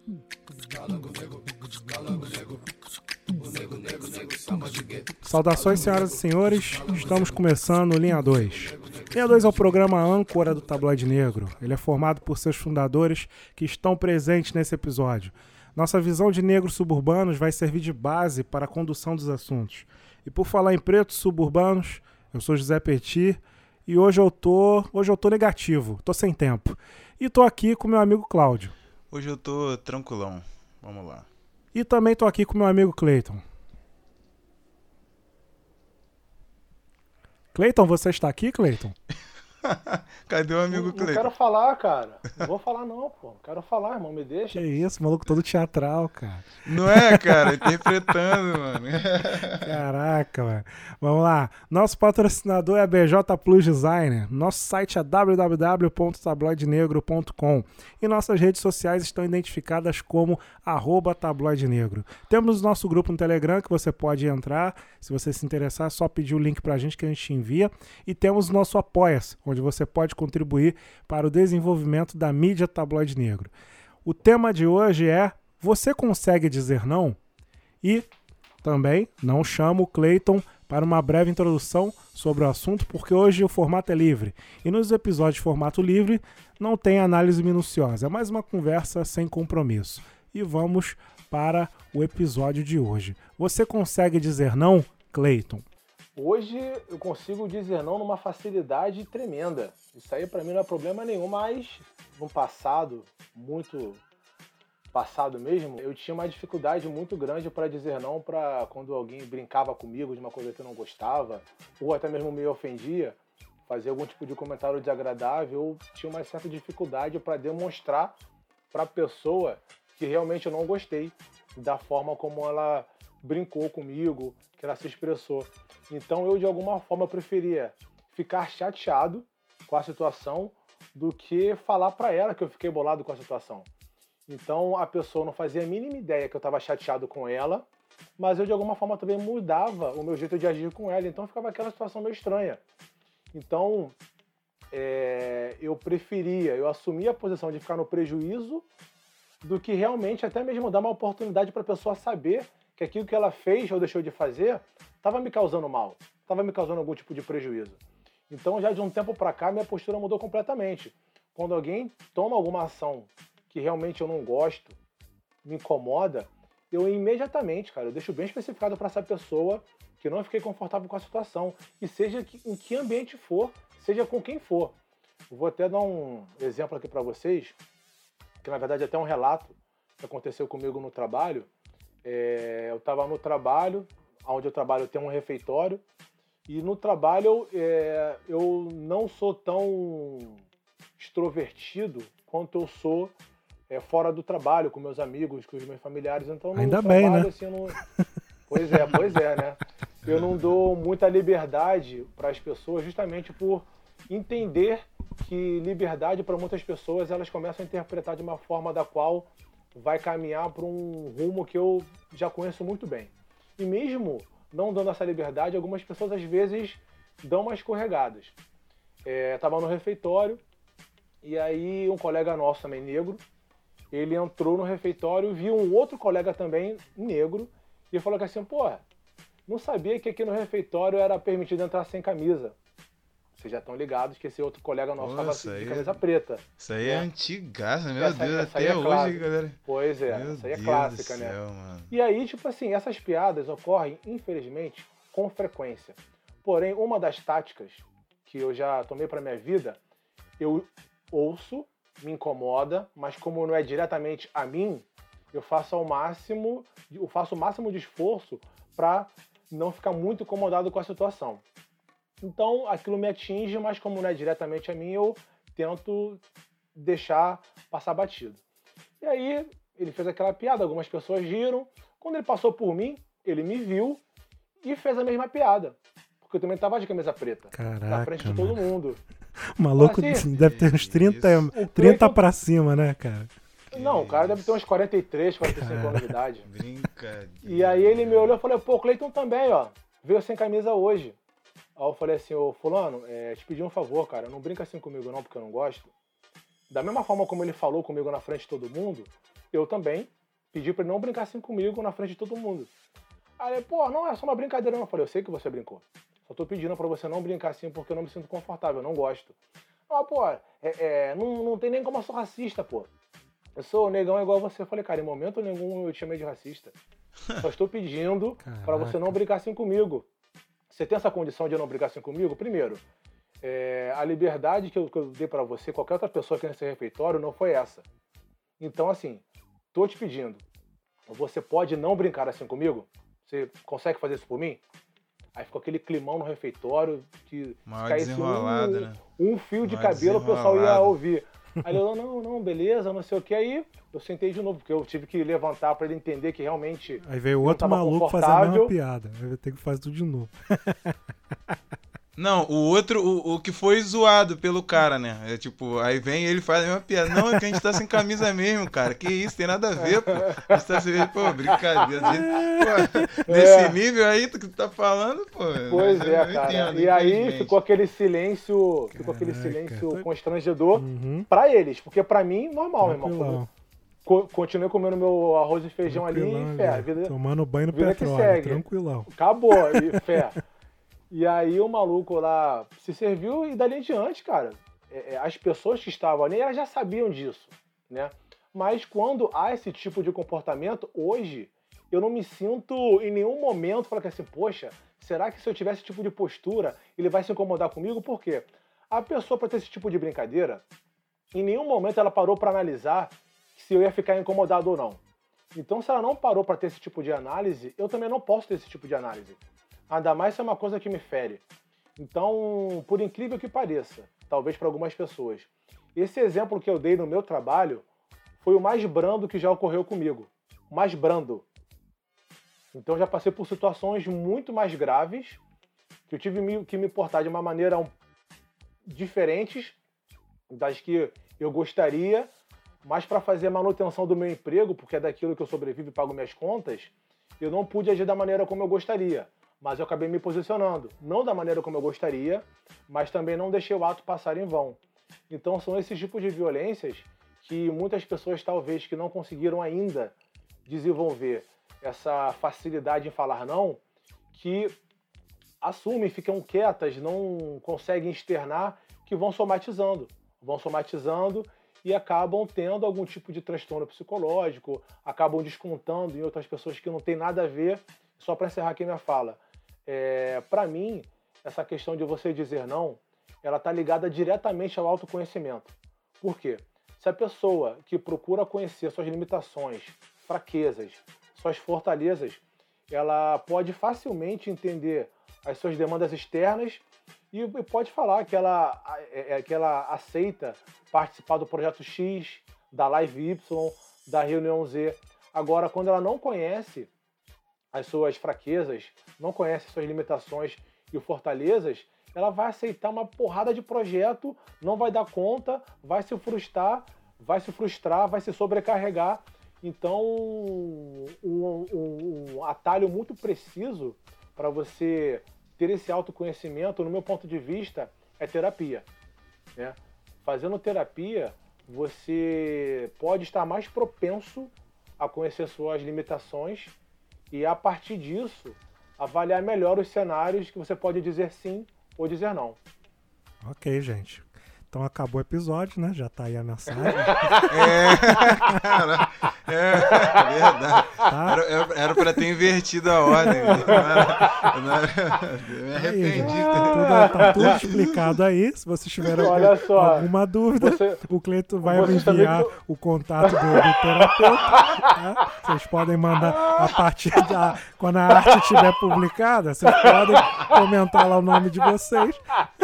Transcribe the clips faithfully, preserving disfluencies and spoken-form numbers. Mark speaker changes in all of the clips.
Speaker 1: Saudações, senhoras e senhores, estamos começando o Linha dois. Linha dois é o programa âncora do Tabloide Negro. Ele é formado por seus fundadores que estão presentes nesse episódio. Nossa visão de negros suburbanos vai servir de base para a condução dos assuntos. E por falar em pretos suburbanos, eu sou José Petit e hoje eu tô, hoje eu tô negativo, tô sem tempo. E tô aqui com meu amigo Cláudio.
Speaker 2: Hoje eu tô tranquilão, vamos lá.
Speaker 1: E também tô aqui com meu amigo Cleiton. Cleiton, você está aqui, Cleiton?
Speaker 2: Cadê o amigo Cleiton?
Speaker 3: Não quero falar, cara. Não vou falar não, pô. Não quero falar, irmão. Me deixa.
Speaker 1: Que isso, maluco todo teatral, cara.
Speaker 2: Não é, cara? Interpretando, mano.
Speaker 1: Caraca, mano. Vamos lá. Nosso patrocinador é a B J Plus Designer. Nosso site é w w w ponto tabloide negro ponto com e nossas redes sociais estão identificadas como arroba tabloide negro. Temos nosso grupo no Telegram que você pode entrar. Se você se interessar, é só pedir o link pra gente que a gente envia. E temos o nosso Apoia-se, onde você pode contribuir para o desenvolvimento da mídia Tabloide Negro. O tema de hoje é: você consegue dizer não? E também não chamo o Cleiton para uma breve introdução sobre o assunto, porque hoje o formato é livre. E nos episódios de formato livre não tem análise minuciosa, é mais uma conversa sem compromisso. E vamos para o episódio de hoje. Você consegue dizer não, Cleiton?
Speaker 3: Hoje eu consigo dizer não numa facilidade tremenda. Isso aí pra mim não é problema nenhum, mas no passado, muito passado mesmo, eu tinha uma dificuldade muito grande para dizer não para quando alguém brincava comigo de uma coisa que eu não gostava, ou até mesmo me ofendia, fazia algum tipo de comentário desagradável, eu tinha uma certa dificuldade para demonstrar para a pessoa que realmente eu não gostei da forma como ela brincou comigo, que ela se expressou. Então eu, de alguma forma, preferia ficar chateado com a situação do que falar para ela que eu fiquei bolado com a situação. Então a pessoa não fazia a mínima ideia que eu estava chateado com ela, mas eu, de alguma forma, também mudava o meu jeito de agir com ela. Então ficava aquela situação meio estranha. Então é, eu preferia, eu assumia a posição de ficar no prejuízo do que realmente até mesmo dar uma oportunidade para a pessoa saber que aquilo que ela fez ou deixou de fazer estava me causando mal, estava me causando algum tipo de prejuízo. Então, já de um tempo para cá, minha postura mudou completamente. Quando alguém toma alguma ação que realmente eu não gosto, me incomoda, eu imediatamente, cara, eu deixo bem especificado para essa pessoa que não fiquei confortável com a situação. E seja em que ambiente for, seja com quem for. Eu vou até dar um exemplo aqui para vocês, que na verdade é até um relato que aconteceu comigo no trabalho. É, eu estava no trabalho, onde eu trabalho tem um refeitório, e no trabalho é, eu não sou tão extrovertido quanto eu sou é, fora do trabalho, com meus amigos, com os meus familiares. Então no
Speaker 1: Ainda
Speaker 3: trabalho,
Speaker 1: bem, né?
Speaker 3: assim, eu não... Pois é, pois é, né? Eu não dou muita liberdade para as pessoas justamente por entender que liberdade para muitas pessoas elas começam a interpretar de uma forma da qual vai caminhar para um rumo que eu já conheço muito bem. E mesmo não dando essa liberdade, algumas pessoas às vezes dão umas escorregadas. É, tava no refeitório e aí um colega nosso também negro, ele entrou no refeitório, viu um outro colega também negro e falou que assim, pô, não sabia que aqui no refeitório era permitido entrar sem camisa. Vocês já estão ligados que esse outro colega nosso estava de camisa preta.
Speaker 2: Isso aí é, é antigaça, meu
Speaker 3: essa,
Speaker 2: Deus,
Speaker 3: essa
Speaker 2: até
Speaker 3: é
Speaker 2: hoje, galera.
Speaker 3: Pois é,
Speaker 2: meu
Speaker 3: essa aí é
Speaker 2: Deus
Speaker 3: clássica,
Speaker 2: do
Speaker 3: né?
Speaker 2: céu, mano.
Speaker 3: E aí, tipo assim, essas piadas ocorrem, infelizmente, com frequência. Porém, uma das táticas que eu já tomei pra minha vida, eu ouço, me incomoda, mas como não é diretamente a mim, eu faço ao máximo, eu faço o máximo de esforço para não ficar muito incomodado com a situação. Então, aquilo me atinge, mas como não é diretamente a mim, eu tento deixar passar batido. E aí, ele fez aquela piada, algumas pessoas riram. Quando ele passou por mim, ele me viu e fez a mesma piada. Porque eu também estava de camisa preta.
Speaker 1: Caraca,
Speaker 3: na frente de todo
Speaker 1: mano.
Speaker 3: mundo.
Speaker 1: O maluco
Speaker 3: assim,
Speaker 1: deve ter uns trinta, trinta
Speaker 3: Cleiton...
Speaker 1: pra cima, né, cara?
Speaker 3: Não, o cara deve ter uns quarenta e três, quarenta e cinco
Speaker 1: Cara.
Speaker 3: anos de idade.
Speaker 2: Brincadeira.
Speaker 3: E aí ele me olhou e falou, pô, o Cleiton também, ó, veio sem camisa hoje. Aí eu falei assim, ô fulano, é, te pedi um favor, cara, não brinca assim comigo não, porque eu não gosto. Da mesma forma como ele falou comigo na frente de todo mundo, eu também pedi pra ele não brincar assim comigo na frente de todo mundo. Aí ele, pô, não, é só uma brincadeira. Eu falei, eu sei que você brincou. Só tô pedindo pra você não brincar assim porque eu não me sinto confortável, eu não gosto. Ah, pô, é, é, não, não tem nem como eu sou racista, pô. Eu sou negão igual você. Eu falei, cara, em momento nenhum eu te chamei de racista. Só estou pedindo
Speaker 1: Caraca.
Speaker 3: pra você não brincar assim comigo. Você tem essa condição de não brincar assim comigo? Primeiro, é, a liberdade que eu, que eu dei pra você, qualquer outra pessoa aqui nesse refeitório, não foi essa. Então, assim, tô te pedindo. Você pode não brincar assim comigo? Você consegue fazer isso por mim? Aí ficou aquele climão no refeitório, que
Speaker 2: Maior
Speaker 3: se caísse
Speaker 2: desenrolada,
Speaker 3: um,
Speaker 2: né?
Speaker 3: um fio de
Speaker 2: Maior
Speaker 3: cabelo, o pessoal ia
Speaker 2: desenrolada.
Speaker 3: ouvir. Aí ele falou, não, não, beleza, não sei o que. Aí eu sentei de novo, porque eu tive que levantar pra ele entender que realmente
Speaker 1: Aí veio
Speaker 3: eu
Speaker 1: outro
Speaker 3: tava
Speaker 1: maluco fazer a mesma
Speaker 3: confortável.
Speaker 1: piada. Aí vai ter que fazer tudo de novo.
Speaker 2: Não, o outro, o, o que foi zoado pelo cara, né? É tipo, aí vem ele faz a mesma piada. Não, é que a gente tá sem camisa mesmo, cara. Que isso, tem nada a ver, pô. A gente tá sem... Pô, brincadeira. A gente- pô, nesse
Speaker 3: É.
Speaker 2: nível aí que tu tá falando, pô.
Speaker 3: Pois
Speaker 2: mas
Speaker 3: é,
Speaker 2: eu
Speaker 3: cara.
Speaker 2: entendo,
Speaker 3: E aí
Speaker 2: infelizmente.
Speaker 3: ficou aquele silêncio, ficou aquele
Speaker 1: Caraca.
Speaker 3: silêncio constrangedor
Speaker 1: Uhum.
Speaker 3: pra eles, porque pra mim, normal, meu irmão.
Speaker 1: Tranquilão.
Speaker 3: Co- Continuei comendo meu arroz e feijão ali
Speaker 1: Tranquilão,
Speaker 3: e fé, a
Speaker 1: ali.
Speaker 3: vida
Speaker 1: Tomando banho no
Speaker 3: vida que
Speaker 1: petróleo.
Speaker 3: segue.
Speaker 1: Tranquilão.
Speaker 3: acabou, e fé. E aí o maluco lá se serviu e dali em diante, cara, é, é, as pessoas que estavam ali, elas já sabiam disso, né? Mas quando há esse tipo de comportamento, hoje, eu não me sinto em nenhum momento falando assim, poxa, será que se eu tivesse esse tipo de postura, ele vai se incomodar comigo? Por quê? A pessoa, para ter esse tipo de brincadeira, em nenhum momento ela parou para analisar se eu ia ficar incomodado ou não. Então, se ela não parou para ter esse tipo de análise, eu também não posso ter esse tipo de análise. Ainda mais se é uma coisa que me fere. Então, por incrível que pareça, talvez para algumas pessoas, esse exemplo que eu dei no meu trabalho foi o mais brando que já ocorreu comigo. O mais brando. Então, já passei por situações muito mais graves, que eu tive que me portar de uma maneira um... diferentes das que eu gostaria, mas para fazer a manutenção do meu emprego, porque é daquilo que eu sobrevivo e pago minhas contas, eu não pude agir da maneira como eu gostaria. Mas eu acabei me posicionando, não da maneira como eu gostaria, mas também não deixei o ato passar em vão. Então são esses tipos de violências que muitas pessoas talvez que não conseguiram ainda desenvolver essa facilidade em falar não, que assumem, ficam quietas, não conseguem externar, que vão somatizando, vão somatizando e acabam tendo algum tipo de transtorno psicológico, acabam descontando em outras pessoas que não tem nada a ver. Só para encerrar aqui minha fala, é, para mim, essa questão de você dizer não, ela está ligada diretamente ao autoconhecimento. Por quê? Se a pessoa que procura conhecer suas limitações, fraquezas, suas fortalezas, ela pode facilmente entender as suas demandas externas e, e pode falar que ela, é, que ela aceita participar do projeto X, da live Y, da reunião Z. Agora, quando ela não conhece as suas fraquezas, não conhece as suas limitações e fortalezas, ela vai aceitar uma porrada de projeto, não vai dar conta, vai se frustrar, vai se frustrar, vai se sobrecarregar. Então, um, um, um atalho muito preciso para você ter esse autoconhecimento, no meu ponto de vista, é terapia, né? Fazendo terapia, você pode estar mais propenso a conhecer suas limitações e, a partir disso, avaliar melhor os cenários que você pode dizer sim ou dizer não.
Speaker 1: Ok, gente. Então acabou o episódio, né? Já tá aí a mensagem.
Speaker 2: É, é verdade.
Speaker 1: Tá?
Speaker 2: Era, era, era pra ter invertido a ordem. Não era, não era, eu me
Speaker 1: Aí,
Speaker 2: arrependi.
Speaker 1: gente, tá, tudo, tá tudo explicado aí. Se vocês tiverem
Speaker 3: Olha
Speaker 1: algum-
Speaker 3: só,
Speaker 1: alguma dúvida,
Speaker 3: você-
Speaker 1: o Cleiton vai
Speaker 3: você
Speaker 1: enviar
Speaker 3: também-
Speaker 1: o contato do, do terapeuta. Tá? Vocês podem mandar a partir da... Quando a arte estiver publicada, vocês podem comentar lá o nome de vocês.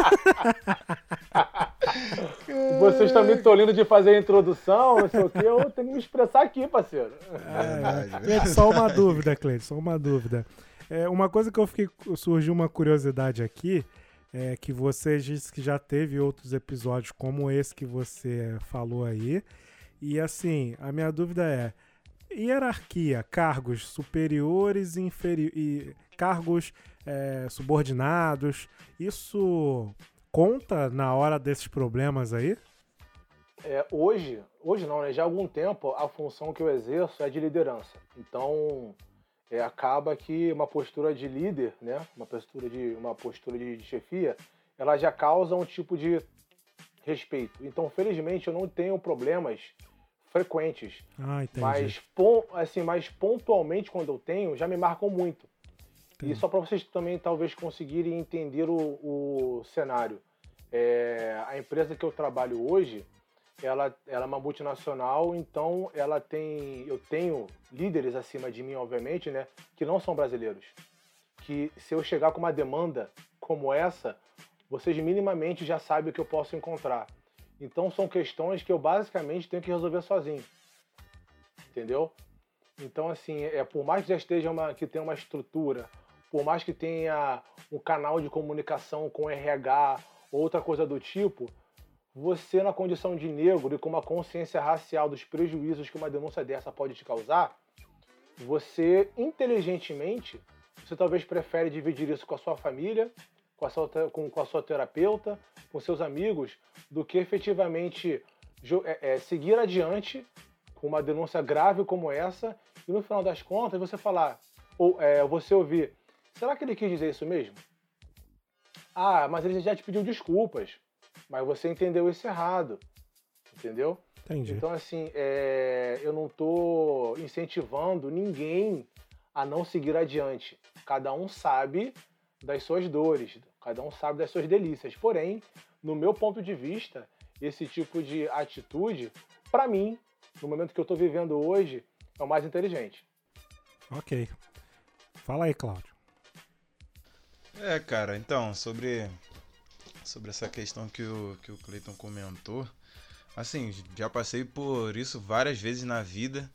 Speaker 3: Vocês estão me tolindo de fazer a introdução, não sei o quê, eu tenho que me expressar aqui, parceiro.
Speaker 2: Verdade,
Speaker 1: É, Cleiton, só uma dúvida, Cleiton, só uma dúvida. É, uma coisa que eu fiquei, surgiu uma curiosidade aqui, é que você disse que já teve outros episódios como esse que você falou aí, e assim, a minha dúvida é, hierarquia, cargos superiores e inferiores, e cargos é, subordinados, isso conta na hora desses problemas aí?
Speaker 3: É, hoje, hoje não, né? Já há algum tempo, a função que eu exerço é de liderança. Então, é, acaba que uma postura de líder, né? Uma postura de, uma postura de, de chefia, ela já causa um tipo de respeito. Então, felizmente, eu não tenho problemas frequentes.
Speaker 1: Ah, entendi.
Speaker 3: Mas, pon- assim, mas pontualmente, quando eu tenho, já me marcam muito.
Speaker 1: Entendi.
Speaker 3: E só para vocês também, talvez, conseguirem entender o, o cenário. É, a empresa que eu trabalho hoje, ela, ela é uma multinacional, então ela tem, eu tenho líderes acima de mim, obviamente, né, que não são brasileiros. Que se eu chegar com uma demanda como essa, vocês minimamente já sabem o que eu posso encontrar. Então são questões que eu basicamente tenho que resolver sozinho. Entendeu? Então, assim, é, por mais que já esteja uma, que tenha uma estrutura, por mais que tenha um canal de comunicação com R H, outra coisa do tipo, você na condição de negro e com uma consciência racial dos prejuízos que uma denúncia dessa pode te causar, você inteligentemente, você talvez prefere dividir isso com a sua família, com a sua, com, com a sua terapeuta, com seus amigos, do que efetivamente é, é, seguir adiante com uma denúncia grave como essa e no final das contas você falar, ou é, você ouvir, será que ele quis dizer isso mesmo? Ah, mas ele já te pediu desculpas, mas você entendeu isso errado, entendeu?
Speaker 1: Entendi.
Speaker 3: Então, assim, é, eu não estou incentivando ninguém a não seguir adiante. Cada um sabe das suas dores, cada um sabe das suas delícias. Porém, no meu ponto de vista, esse tipo de atitude, para mim, no momento que eu estou vivendo hoje, é o mais inteligente.
Speaker 1: Ok. Fala aí, Cláudio.
Speaker 2: É, cara, então, sobre, sobre essa questão que o, que o Cleiton comentou, assim, já passei por isso várias vezes na vida,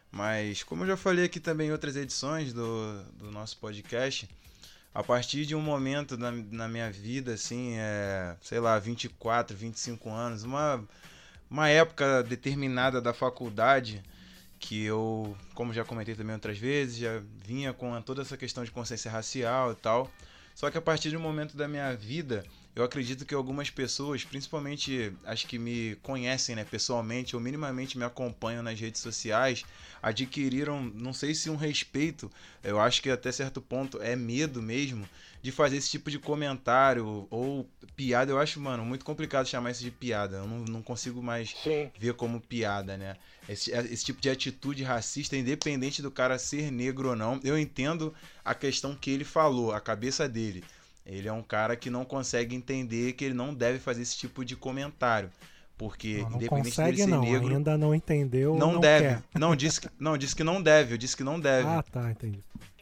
Speaker 2: mas como eu já falei aqui também em outras edições do, do nosso podcast, a partir de um momento na, na minha vida, assim, é, sei lá, vinte e quatro, vinte e cinco anos, uma, uma época determinada da faculdade, que eu, como já comentei também outras vezes, já vinha com toda essa questão de consciência racial e tal. Só que a partir de um momento da minha vida, eu acredito que algumas pessoas, principalmente as que me conhecem, né, pessoalmente ou minimamente me acompanham nas redes sociais, adquiriram, não sei se um respeito, eu acho que até certo ponto é medo mesmo, de fazer esse tipo de comentário ou piada. Eu acho, mano, muito complicado chamar isso de piada. Eu não, não consigo mais
Speaker 3: Sim.
Speaker 2: ver como piada, né? Esse, esse tipo de atitude racista, independente do cara ser negro ou não, eu entendo a questão que ele falou, a cabeça dele. Ele é um cara que não consegue entender que ele não deve fazer esse tipo de comentário. Porque,
Speaker 1: Não, não
Speaker 2: independente
Speaker 1: consegue,
Speaker 2: dele ser
Speaker 1: não.
Speaker 2: negro...
Speaker 1: Ainda não entendeu.
Speaker 2: Não,
Speaker 1: não
Speaker 2: deve.
Speaker 1: Quer.
Speaker 2: Não, disse que, não, disse que não deve. Eu disse que não deve.
Speaker 1: Ah, tá, entendi.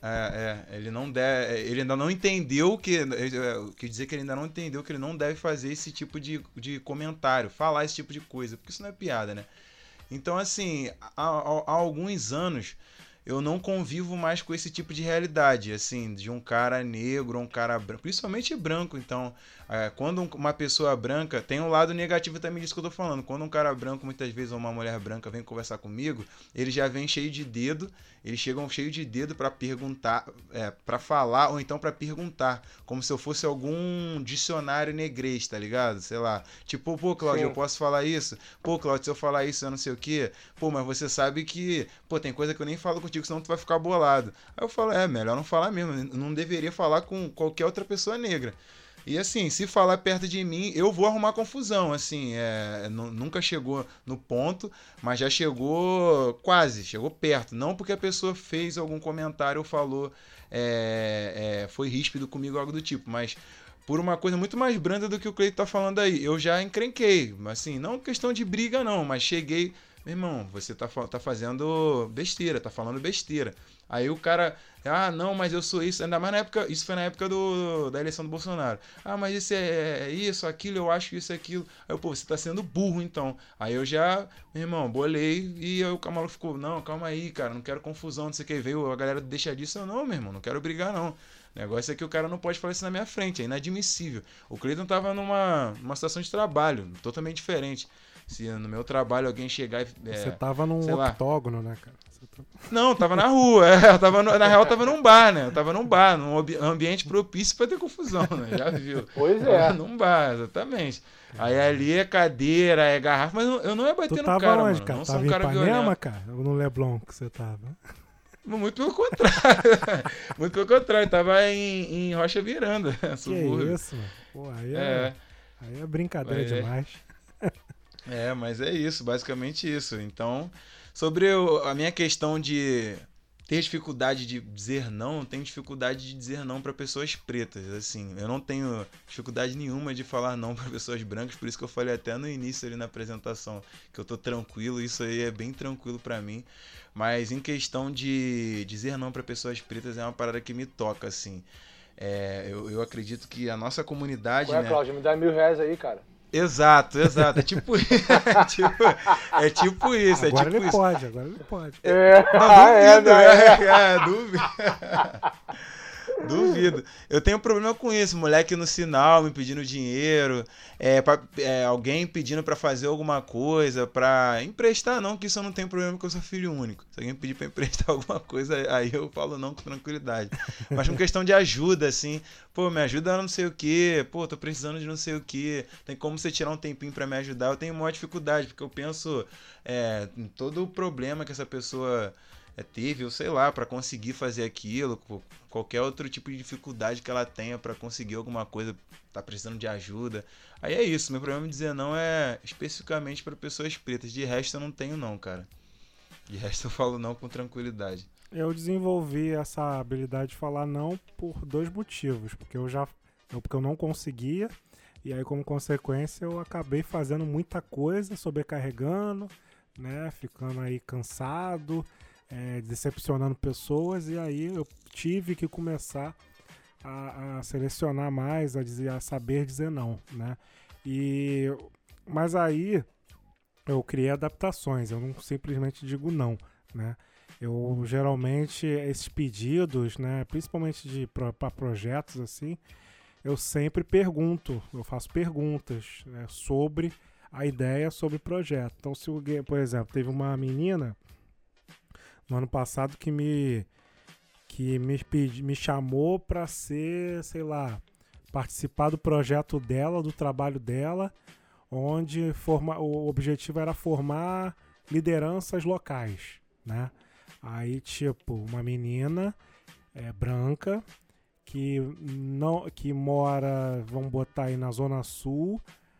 Speaker 2: É, é, ele não deve, ele ainda não entendeu que, quer dizer que ele ainda não entendeu que ele não deve fazer esse tipo de, de comentário, falar esse tipo de coisa, porque isso não é piada, né? Então, assim, há, há, há alguns anos eu não convivo mais com esse tipo de realidade, assim, de um cara negro, um cara branco, principalmente branco. Então, é, quando uma pessoa branca, tem um lado negativo também disso que eu tô falando, quando um cara branco, muitas vezes, ou uma mulher branca vem conversar comigo, ele já vem cheio de dedo, eles chegam cheio de dedo para perguntar, é, para falar, ou então para perguntar, como se eu fosse algum dicionário negrês, tá ligado? Sei lá, tipo, pô, Cláudio, eu posso falar isso? Pô, Cláudio, se eu falar isso, eu não sei o quê. Pô, mas você sabe que, pô, tem coisa que eu nem falo contigo, senão tu vai ficar bolado. Aí eu falo, é, melhor não falar mesmo, não deveria falar com qualquer outra pessoa negra. E assim, se falar perto de mim, eu vou arrumar confusão, assim, é, nunca chegou no ponto, mas já chegou quase, chegou perto. Não porque a pessoa fez algum comentário ou falou, é, é, foi ríspido comigo, algo do tipo, mas por uma coisa muito mais branda do que o Cleiton tá falando aí. Eu já encrenquei, assim, não questão de briga não, mas cheguei... Meu irmão, você tá, tá fazendo besteira, tá falando besteira. Aí o cara, ah, não, mas eu sou isso. Ainda mais na época, isso foi na época do, da eleição do Bolsonaro. Ah, mas isso é, é isso, aquilo, eu acho isso, aquilo. Aí eu, pô, você tá sendo burro então. Aí eu já, meu irmão, bolei e aí o Camalo ficou, não, calma aí, cara, não quero confusão, não sei o que. Veio a galera deixa disso, eu não, meu irmão, não quero brigar não. O negócio é que o cara não pode falar isso na minha frente, é inadmissível. O Cleiton tava numa, numa situação de trabalho, totalmente diferente. Se no meu trabalho alguém chegar e... É,
Speaker 1: Você tava num octógono, né, cara? Tá...
Speaker 2: Não, tava na rua. É, eu tava no, na real, eu tava num bar, né? Eu tava num bar, num ambiente propício pra ter confusão, né? Já viu?
Speaker 3: Pois é.
Speaker 2: Tava num bar, exatamente. Aí ali é cadeira, é garrafa, mas eu não ia bater
Speaker 1: tu
Speaker 2: no
Speaker 1: tava
Speaker 2: cara,
Speaker 1: onde,
Speaker 2: mano.
Speaker 1: Cara?
Speaker 2: Não
Speaker 1: tava
Speaker 2: sou um cara
Speaker 1: em Ipanema,
Speaker 2: violento.
Speaker 1: Cara? Ou no Leblon que você tava?
Speaker 2: Muito pelo contrário. Muito pelo contrário. Tava em, em Rocha Miranda, subúrbio.
Speaker 1: Que isso, mano? Pô, aí é,
Speaker 2: É.
Speaker 1: aí é brincadeira
Speaker 2: Mas é.
Speaker 1: demais.
Speaker 2: É, mas é isso, basicamente isso. Então, sobre o, a minha questão de ter dificuldade de dizer não, eu tenho dificuldade de dizer não para pessoas pretas, assim. Eu não tenho dificuldade nenhuma de falar não para pessoas brancas, por isso que eu falei até no início ali na apresentação que eu tô tranquilo, isso aí é bem tranquilo para mim. Mas em questão de dizer não para pessoas pretas é uma parada que me toca, assim. É, eu, eu acredito que a nossa comunidade,
Speaker 3: Ué,
Speaker 2: né?
Speaker 3: Cláudio, me dá mil reais aí, cara.
Speaker 2: Exato, exato. É tipo, é tipo, é tipo isso.
Speaker 1: Agora
Speaker 2: é tipo
Speaker 1: ele
Speaker 2: isso.
Speaker 1: pode, agora ele pode.
Speaker 3: É,
Speaker 2: Não, duvido,
Speaker 3: é,
Speaker 2: é, é, é, duvido. Duvido. Eu tenho problema com isso, moleque no sinal me pedindo dinheiro, é, pra, é, alguém pedindo pra fazer alguma coisa, pra emprestar não, que isso eu não tenho problema porque eu sou filho único. Se alguém pedir pra emprestar alguma coisa, aí eu falo não com tranquilidade. Mas com questão de ajuda, assim, pô, me ajuda a não sei o que, pô, tô precisando de não sei o que, tem como você tirar um tempinho pra me ajudar, eu tenho maior dificuldade, porque eu penso é, em todo o problema que essa pessoa... É, teve, ou sei lá, para conseguir fazer aquilo, qualquer outro tipo de dificuldade que ela tenha para conseguir alguma coisa, tá precisando de ajuda. Aí é isso, meu problema de dizer não é especificamente para pessoas pretas, de resto eu não tenho não, cara. De resto eu falo não com tranquilidade.
Speaker 1: Eu desenvolvi essa habilidade de falar não por dois motivos, porque eu já eu, porque eu não conseguia, e aí como consequência eu acabei fazendo muita coisa, sobrecarregando, né, ficando aí cansado, É, decepcionando pessoas, e aí eu tive que começar a, a selecionar mais, a, dizer, a saber dizer não, né? E, mas aí eu criei adaptações, eu não simplesmente digo não, né? Eu geralmente, esses pedidos, né, principalmente de para projetos assim, eu sempre pergunto, eu faço perguntas, né, sobre a ideia, sobre o projeto. Então, se alguém, por exemplo, teve uma menina no ano passado que me que me, pedi, me chamou para ser, sei lá, participar do projeto dela, do trabalho dela, onde forma, o objetivo era formar lideranças locais, né? Aí, tipo, uma menina é, branca que, não, que mora, vamos botar aí na Zona Sul,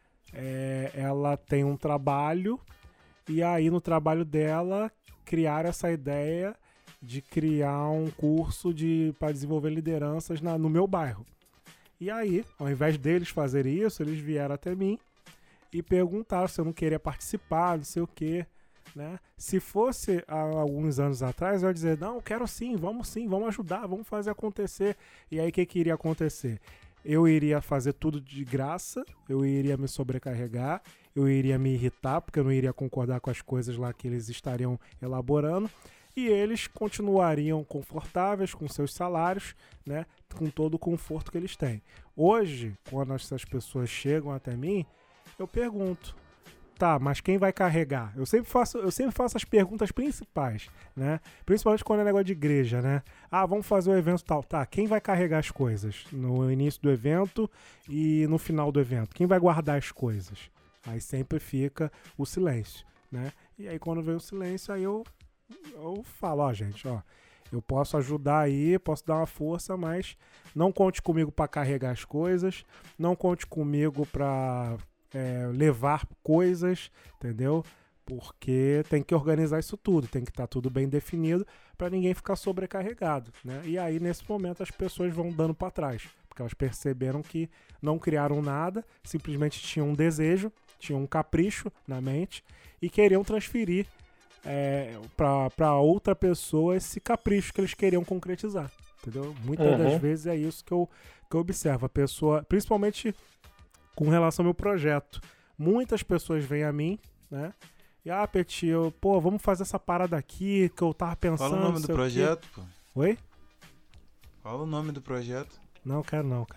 Speaker 1: é, ela tem um trabalho, e aí no trabalho dela criaram essa ideia de criar um curso de, para desenvolver lideranças na, no meu bairro. E aí, ao invés deles fazerem isso, eles vieram até mim e perguntaram se eu não queria participar, não sei o quê, né? Se fosse há alguns anos atrás, eu ia dizer, não, quero sim, vamos sim, vamos ajudar, vamos fazer acontecer. E aí, o que, que iria acontecer? Eu iria fazer tudo de graça, eu iria me sobrecarregar, eu iria me irritar, porque eu não iria concordar com as coisas lá que eles estariam elaborando, e eles continuariam confortáveis com seus salários, né, com todo o conforto que eles têm. Hoje, quando essas pessoas chegam até mim, eu pergunto, tá, mas quem vai carregar? Eu sempre faço, eu sempre faço as perguntas principais, né? Principalmente quando é negócio de igreja, né? Ah, vamos fazer o evento tal. Tá, quem vai carregar as coisas no início do evento e no final do evento? Quem vai guardar as coisas? Aí sempre fica o silêncio, né? E aí quando vem o silêncio, aí eu, eu falo, ó, gente, ó, eu posso ajudar aí, posso dar uma força, mas não conte comigo para carregar as coisas, não conte comigo para é, levar coisas, entendeu? Porque tem que organizar isso tudo, tem que estar tudo bem definido para ninguém ficar sobrecarregado, né? E aí, nesse momento, as pessoas vão dando para trás, porque elas perceberam que não criaram nada, simplesmente tinham um desejo, tinham um capricho na mente e queriam transferir é, para outra pessoa esse capricho que eles queriam concretizar, entendeu? Muitas uhum. das vezes é isso que eu, que eu observo. A pessoa, principalmente com relação ao meu projeto, muitas pessoas vêm a mim, né? E, ah, Petit, eu, pô, vamos fazer essa parada aqui que eu tava pensando.
Speaker 2: Fala o nome do projeto, pô.
Speaker 1: Oi?
Speaker 2: Fala o nome do projeto.
Speaker 1: Não, quero não, cara.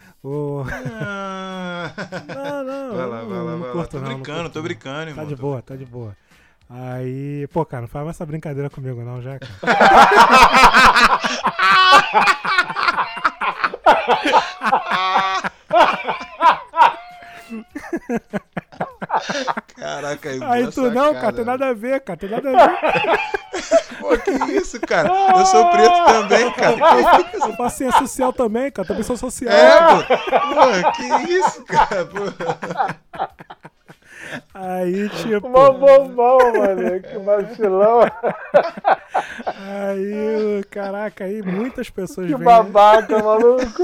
Speaker 1: O...
Speaker 2: Ah.
Speaker 1: Não, não.
Speaker 2: Vai lá, vai lá,
Speaker 1: não
Speaker 2: vai lá.
Speaker 1: curto,
Speaker 2: Tô
Speaker 1: não, não
Speaker 2: brincando,
Speaker 1: curto,
Speaker 2: tô
Speaker 1: não.
Speaker 2: brincando,
Speaker 1: Tá
Speaker 2: irmão.
Speaker 1: de
Speaker 2: tô
Speaker 1: boa, tá de boa. Aí, pô, cara, não faz mais essa brincadeira comigo, não, já, cara.
Speaker 2: Caraca, aí,
Speaker 1: Aí
Speaker 2: boa
Speaker 1: tu não, cara,
Speaker 2: sacada,
Speaker 1: tem nada a ver, cara, tem nada a ver.
Speaker 2: Pô, que isso, cara? Eu sou preto também, cara. Que isso?
Speaker 1: Eu faço ciência social também, cara, também sou social.
Speaker 2: É, pô. Pô, que isso, cara? Pô.
Speaker 1: Aí, tipo.
Speaker 3: Mó bobão, mano. Que vacilão.
Speaker 1: Aí, caraca, aí muitas pessoas
Speaker 3: Que
Speaker 1: vêm.
Speaker 3: babaca, maluco.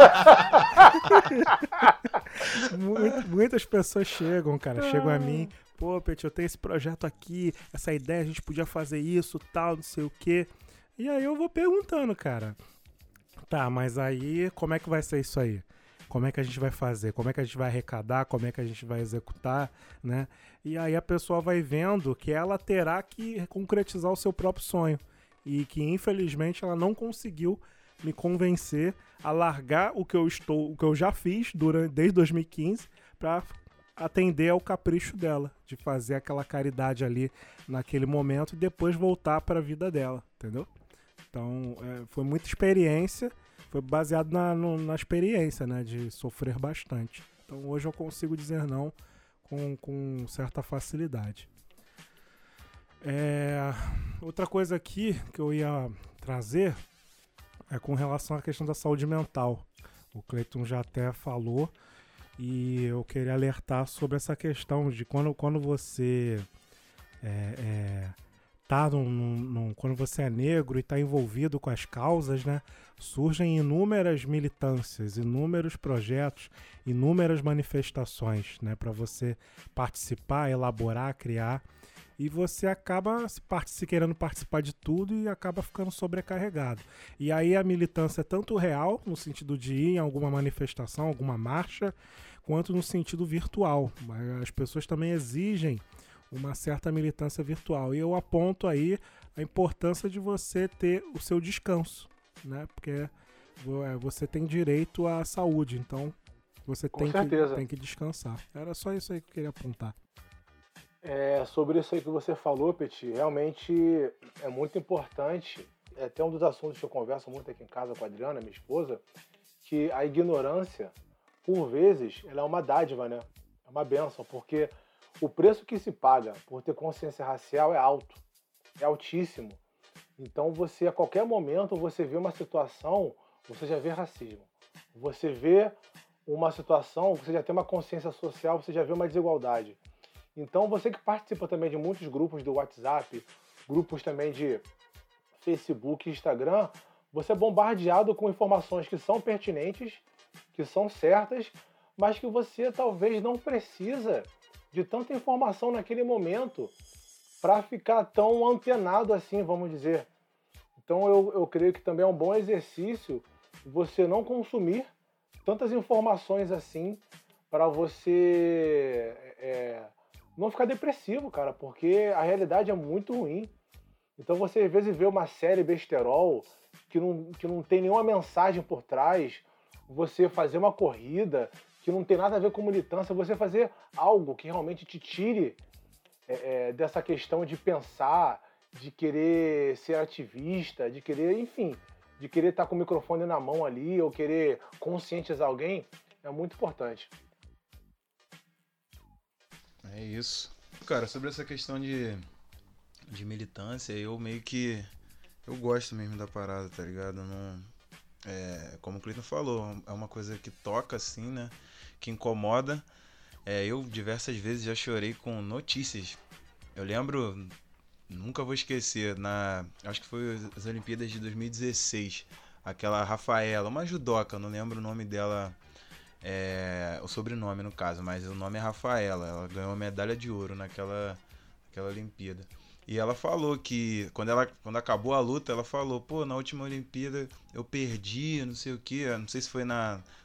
Speaker 1: Mu- Muitas pessoas chegam, cara, chegam a mim. Pô, Pet, eu tenho esse projeto aqui, essa ideia, a gente podia fazer isso, tal, não sei o quê. E aí eu vou perguntando, cara. Tá, mas aí como é que vai ser isso aí? Como é que a gente vai fazer? Como é que a gente vai arrecadar? Como é que a gente vai executar, né? E aí a pessoa vai vendo que ela terá que concretizar o seu próprio sonho. E que, infelizmente, ela não conseguiu me convencer a largar o que eu estou, o que eu já fiz durante, desde dois mil e quinze para atender ao capricho dela, de fazer aquela caridade ali naquele momento e depois voltar para a vida dela, entendeu? Então, é, foi muita experiência, foi baseado na, no, na experiência, né, de sofrer bastante. Então, hoje eu consigo dizer não com, com certa facilidade. É, outra coisa aqui que eu ia trazer é com relação à questão da saúde mental. O Cleiton já até falou e eu queria alertar sobre essa questão de quando, quando você é, é, tá num, num, quando você é negro e está envolvido com as causas, né, surgem inúmeras militâncias, inúmeros projetos, inúmeras manifestações, né, para você participar, elaborar, criar. E você acaba se, se querendo participar de tudo e acaba ficando sobrecarregado. E aí a militância é tanto real, no sentido de ir em alguma manifestação, alguma marcha, quanto no sentido virtual. As pessoas também exigem uma certa militância virtual. E eu aponto aí a importância de você ter o seu descanso, né? Porque você tem direito à saúde, então você tem que, tem que descansar. Era só isso aí que eu queria apontar.
Speaker 3: É, sobre isso aí que você falou, Peti, realmente é muito importante. É até um dos assuntos que eu converso muito aqui em casa com a Adriana, minha esposa, que a ignorância, por vezes, ela é uma dádiva, né? É uma bênção, porque o preço que se paga por ter consciência racial é alto, é altíssimo. Então, você, a qualquer momento, você vê uma situação, você já vê racismo. Você vê uma situação, você já tem uma consciência social, você já vê uma desigualdade. Então, você que participa também de muitos grupos do WhatsApp, grupos também de Facebook e Instagram, você é bombardeado com informações que são pertinentes, que são certas, mas que você talvez não precisa de tanta informação naquele momento para ficar tão antenado assim, vamos dizer. Então, eu, eu creio que também é um bom exercício você não consumir tantas informações assim para você... É, não ficar depressivo, cara, porque a realidade é muito ruim. Então você às vezes vê uma série besterol que não, que não tem nenhuma mensagem por trás, você fazer uma corrida que não tem nada a ver com militância, você fazer algo que realmente te tire é, é, dessa questão de pensar, de querer ser ativista, de querer, enfim, de querer estar com o microfone na mão ali ou querer conscientizar alguém, é muito importante.
Speaker 2: É isso. Cara, sobre essa questão de, de militância, eu meio que... Eu gosto mesmo da parada, tá ligado? Não, é, como o Cleiton falou, é uma coisa que toca, assim, né? Que incomoda. É, eu, diversas vezes, já chorei com notícias. Eu lembro... Nunca vou esquecer, na... Acho que foi as Olimpíadas de dois mil e dezesseis. Aquela Rafaela, uma judoca, eu não lembro o nome dela... É, o sobrenome no caso, mas o nome é Rafaela. Ela ganhou a medalha de ouro naquela, naquela Olimpíada. E ela falou que quando, ela, quando acabou a luta, ela falou: pô, na última Olimpíada eu perdi, não sei o que, não sei se foi na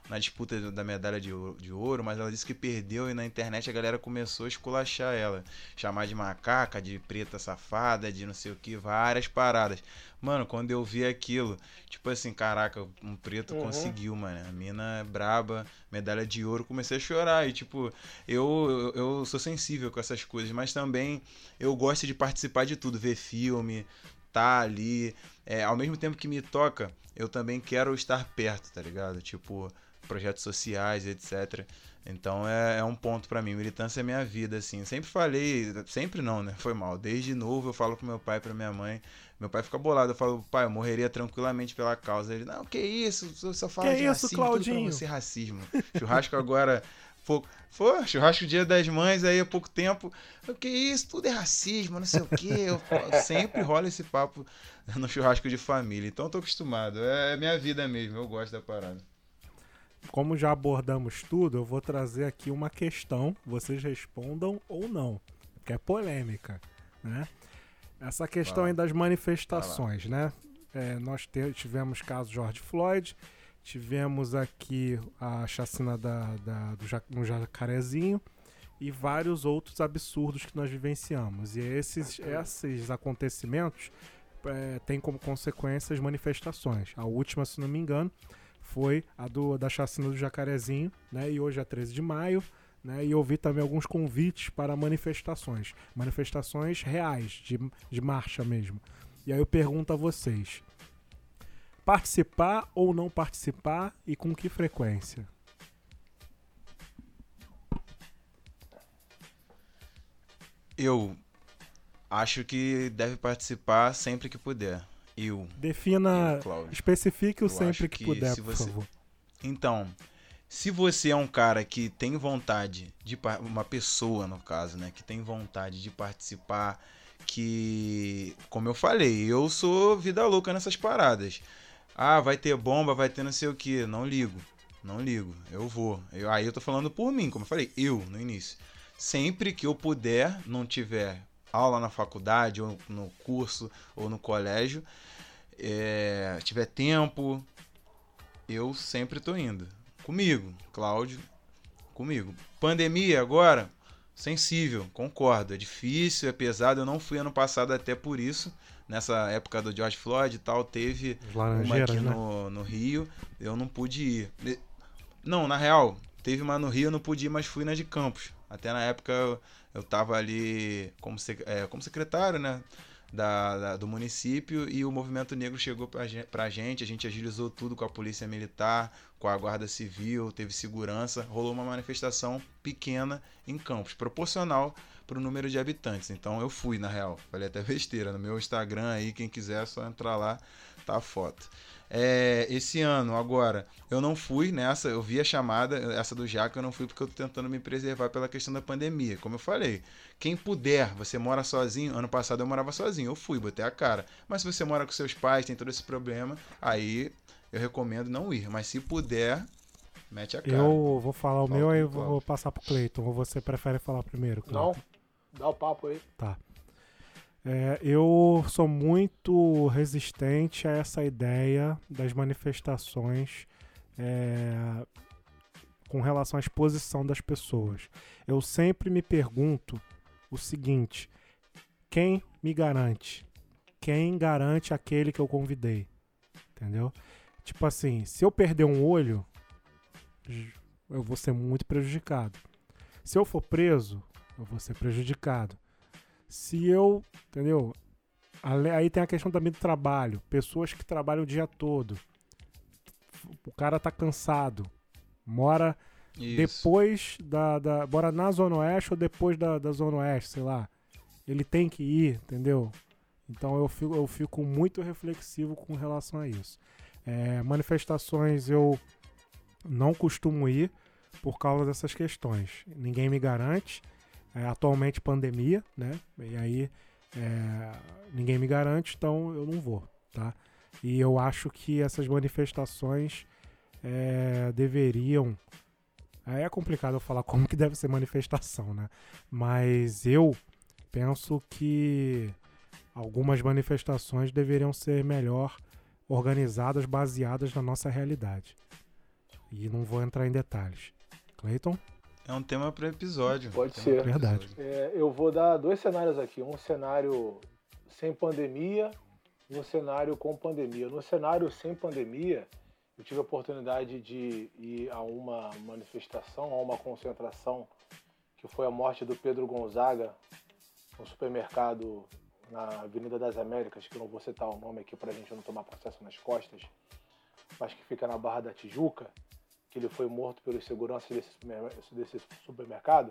Speaker 2: na disputa da medalha de ouro, de ouro, mas ela disse que perdeu e na internet a galera começou a esculachar ela. Chamar de macaca, de preta safada, de não sei o que, várias paradas. Mano, quando eu vi aquilo, tipo assim, caraca, um preto uhum. conseguiu, mano. A mina é braba, medalha de ouro, comecei a chorar. E tipo, eu, eu, eu sou sensível com essas coisas, mas também eu gosto de participar de tudo, ver filme, tá ali. É, ao mesmo tempo que me toca, eu também quero estar perto, tá ligado? Tipo, projetos sociais, etcétera. Então é, é um ponto pra mim. Militância é minha vida, assim. Sempre falei, sempre não, né? Foi mal. Desde novo eu falo pro meu pai e pra minha mãe. Meu pai fica bolado. Eu falo, pai, eu morreria tranquilamente pela causa. Ele, não, que isso? Você só fala
Speaker 1: que
Speaker 2: de
Speaker 1: isso,
Speaker 2: racismo,
Speaker 1: Claudinho?
Speaker 2: tudo pra você racismo. Churrasco agora... Foi, churrasco dia das mães, aí há pouco tempo, o que isso, tudo é racismo, não sei o quê, eu, sempre rola esse papo no churrasco de família, então eu tô acostumado, é minha vida mesmo, eu gosto da parada.
Speaker 1: Como já abordamos tudo, eu vou trazer aqui uma questão, vocês respondam ou não, que é polêmica, né? Essa questão aí das manifestações, né? É, nós tivemos caso George Floyd, tivemos aqui a chacina da, da, do ja, no Jacarezinho e vários outros absurdos que nós vivenciamos. E esses, esses acontecimentos é, têm como consequência as manifestações. A última, se não me engano, foi a do, da chacina do Jacarezinho, né? E hoje é treze de maio, né? E eu vi também alguns convites para manifestações. Manifestações reais, de, de marcha mesmo. E aí eu pergunto a vocês, participar ou não participar e com que frequência?
Speaker 2: Eu acho que deve participar sempre que puder. Eu.
Speaker 1: Defina,
Speaker 2: eu,
Speaker 1: especifique o
Speaker 2: eu
Speaker 1: sempre que, que puder,
Speaker 2: se
Speaker 1: por
Speaker 2: você...
Speaker 1: favor.
Speaker 2: Então, se você é um cara que tem vontade de... Uma pessoa, no caso, né? Que tem vontade de participar, que... Como eu falei, eu sou vida louca nessas paradas. Ah, vai ter bomba, vai ter não sei o que. Não ligo, não ligo, eu vou. Eu, aí eu tô falando por mim, como eu falei, eu no início. Sempre que eu puder, não tiver aula na faculdade, ou no curso, ou no colégio, é, tiver tempo, eu sempre tô indo. Comigo, Cláudio, comigo. Pandemia agora, sensível, concordo. É difícil, é pesado. Eu não fui ano passado até por isso. Nessa época do George Floyd e tal, teve uma aqui no, né? no Rio, eu não pude ir. Não, na real, teve uma no Rio, eu não pude ir, mas fui na de Campos. Até na época eu, eu tava ali como, sec, é, como secretário, né, da, da, do município, e o movimento negro chegou pra gente, pra gente, a gente agilizou tudo com a polícia militar, com a guarda civil, teve segurança, rolou uma manifestação pequena em Campos, proporcional pro número de habitantes. Então eu fui, na real. Falei até besteira. No meu Instagram aí, quem quiser é só entrar lá, tá a foto. É, esse ano, agora, eu não fui nessa, eu vi a chamada, essa do Jaca, eu não fui porque eu tô tentando me preservar pela questão da pandemia. Como eu falei, quem puder, você mora sozinho, ano passado eu morava sozinho, eu fui, botei a cara. Mas se você mora com seus pais, tem todo esse problema, aí eu recomendo não ir. Mas se puder, mete a cara.
Speaker 1: Eu vou falar o Fala meu, aí eu vou passar pro Cleiton. Ou você prefere falar primeiro, Cleiton?
Speaker 3: Não, dá o papo aí.
Speaker 1: Tá. É, eu sou muito resistente a essa ideia das manifestações é, com relação à exposição das pessoas. Eu sempre me pergunto o seguinte: quem me garante? Quem garante aquele que eu convidei? Entendeu? Tipo assim, se eu perder um olho, eu vou ser muito prejudicado. Se eu for preso, eu vou ser prejudicado. Se eu, entendeu? Aí tem a questão também do trabalho. Pessoas que trabalham o dia todo. O cara tá cansado. Mora Isso. depois da, da... Mora na Zona Oeste ou depois da, da Zona Oeste, sei lá. Ele tem que ir, entendeu? Então eu fico, eu fico muito reflexivo com relação a isso. É, manifestações eu não costumo ir por causa dessas questões. Ninguém me garante. É, atualmente pandemia, né? E aí é, ninguém me garante, então eu não vou, tá? E eu acho que essas manifestações é, deveriam... Aí é complicado eu falar como que deve ser manifestação, né? Mas eu penso que algumas manifestações deveriam ser melhor organizadas, baseadas na nossa realidade. E não vou entrar em detalhes. Cleiton?
Speaker 2: É um tema para episódio.
Speaker 3: Pode
Speaker 2: tema
Speaker 3: ser.
Speaker 1: Verdade.
Speaker 3: É, eu vou dar dois cenários aqui. Um cenário sem pandemia e um cenário com pandemia. No cenário sem pandemia, eu tive a oportunidade de ir a uma manifestação, a uma concentração, que foi a morte do Pedro Gonzaga, no supermercado na Avenida das Américas, que eu não vou citar o nome aqui para a gente não tomar processo nas costas, mas que fica na Barra da Tijuca, que ele foi morto pelos seguranças desse, desse supermercado.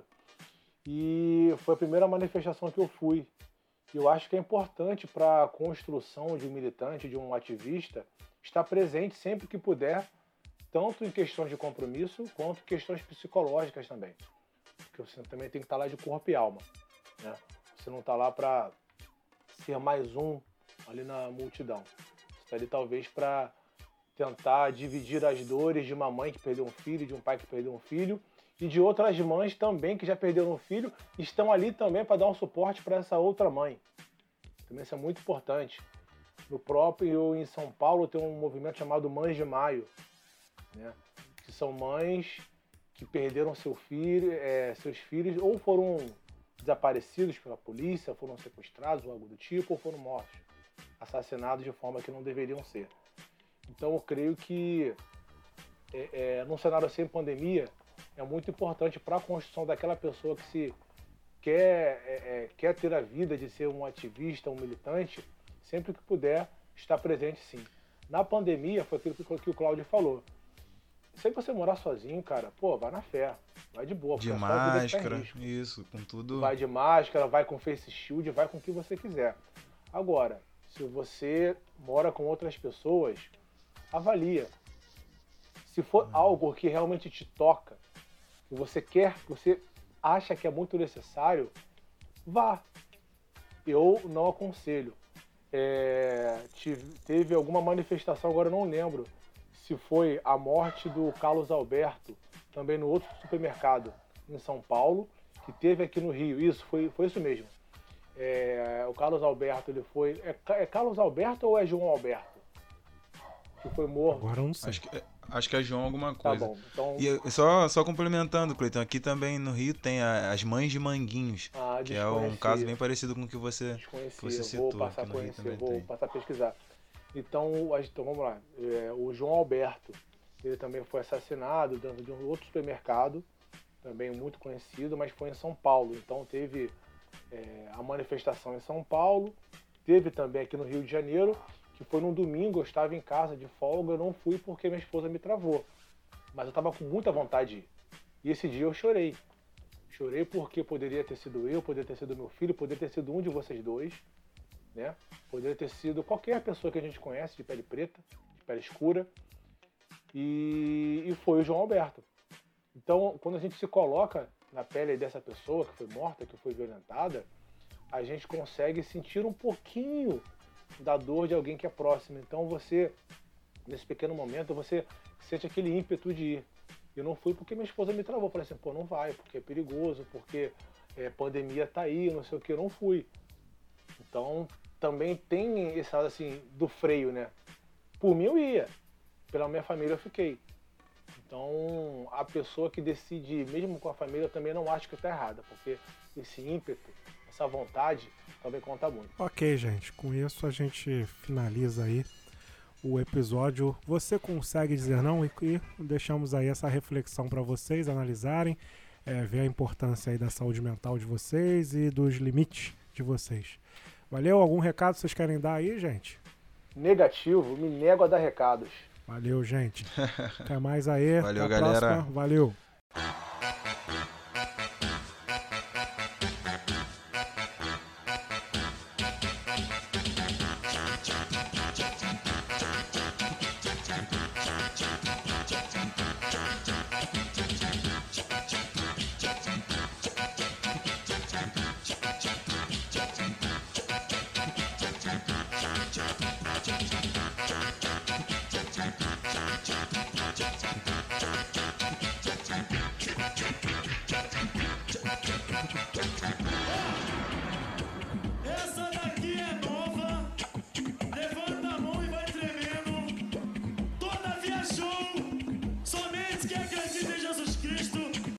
Speaker 3: E foi a primeira manifestação que eu fui. E eu acho que é importante para a construção de um militante, de um ativista, estar presente sempre que puder, tanto em questões de compromisso, quanto em questões psicológicas também. Porque você também tem que estar lá de corpo e alma, né? Você não está lá para ser mais um ali na multidão. Você está ali talvez para tentar dividir as dores de uma mãe que perdeu um filho, de um pai que perdeu um filho, e de outras mães também que já perderam um filho, estão ali também para dar um suporte para essa outra mãe. Também isso é muito importante. No próprio, em São Paulo, tem um movimento chamado Mães de Maio, né? Que são mães que perderam seu filho, é, seus filhos, ou foram desaparecidos pela polícia, foram sequestrados ou algo do tipo, ou foram mortos, assassinados de forma que não deveriam ser. Então eu creio que é, é, num cenário sem pandemia é muito importante para a construção daquela pessoa que se quer, é, é, quer ter a vida de ser um ativista, um militante, sempre que puder estar presente sim. Na pandemia foi aquilo que, que o Cláudio falou. Se você morar sozinho, cara, pô, vai na fé, vai de boa.
Speaker 2: De máscara, isso, com tudo.
Speaker 3: Vai de máscara, vai com face shield, vai com o que você quiser. Agora, se você mora com outras pessoas, avalia. Se for ah. algo que realmente te toca, que você quer, que você acha que é muito necessário, vá. Eu não aconselho. É, tive, teve alguma manifestação, agora eu não lembro se foi a morte do Carlos Alberto, também no outro supermercado em São Paulo, que teve aqui no Rio. Isso, foi, foi isso mesmo. É, o Carlos Alberto, ele foi... É, é Carlos Alberto ou é João Alberto? Que foi morto.
Speaker 1: Agora eu não sei.
Speaker 2: Acho que, acho que é João alguma coisa.
Speaker 3: Tá bom, então...
Speaker 2: E só, só complementando, Cleiton, aqui também no Rio tem a, as Mães de Manguinhos,
Speaker 3: ah,
Speaker 2: que é um caso bem parecido com o que você, que você citou.
Speaker 3: Vou passar a conhecer, vou
Speaker 2: tem.
Speaker 3: passar a pesquisar. Então, então vamos lá. É, o João Alberto, ele também foi assassinado dentro de um outro supermercado, também muito conhecido, mas foi em São Paulo. Então teve é, a manifestação em São Paulo, teve também aqui no Rio de Janeiro, que foi num domingo, eu estava em casa de folga, eu não fui porque minha esposa me travou. Mas eu estava com muita vontade de ir. E esse dia eu chorei. Chorei porque poderia ter sido eu, poderia ter sido meu filho, poderia ter sido um de vocês dois, né? Poderia ter sido qualquer pessoa que a gente conhece, de pele preta, de pele escura. E, e foi o João Alberto. Então, quando a gente se coloca na pele dessa pessoa que foi morta, que foi violentada, a gente consegue sentir um pouquinho da dor de alguém que é próximo. Então você, nesse pequeno momento, você sente aquele ímpeto de ir. Eu não fui porque minha esposa me travou. Eu falei assim, pô, não vai, porque é perigoso, porque é, pandemia tá aí, não sei o que, eu não fui. Então, também tem esse lado assim, do freio, né? Por mim eu ia, pela minha família eu fiquei. Então, a pessoa que decide ir, mesmo com a família, eu também não acho que está errada, porque esse ímpeto, essa vontade, também conta muito.
Speaker 1: Ok, gente, com isso a gente finaliza aí o episódio. Você consegue dizer não? E, e deixamos aí essa reflexão para vocês analisarem, é, ver a importância aí da saúde mental de vocês e dos limites de vocês. Valeu? Algum recado vocês querem dar aí, gente?
Speaker 3: Negativo, me nego a dar recados.
Speaker 1: Valeu, gente. Até mais aí.
Speaker 2: Valeu,
Speaker 1: Até a
Speaker 2: galera.
Speaker 1: próxima. Valeu.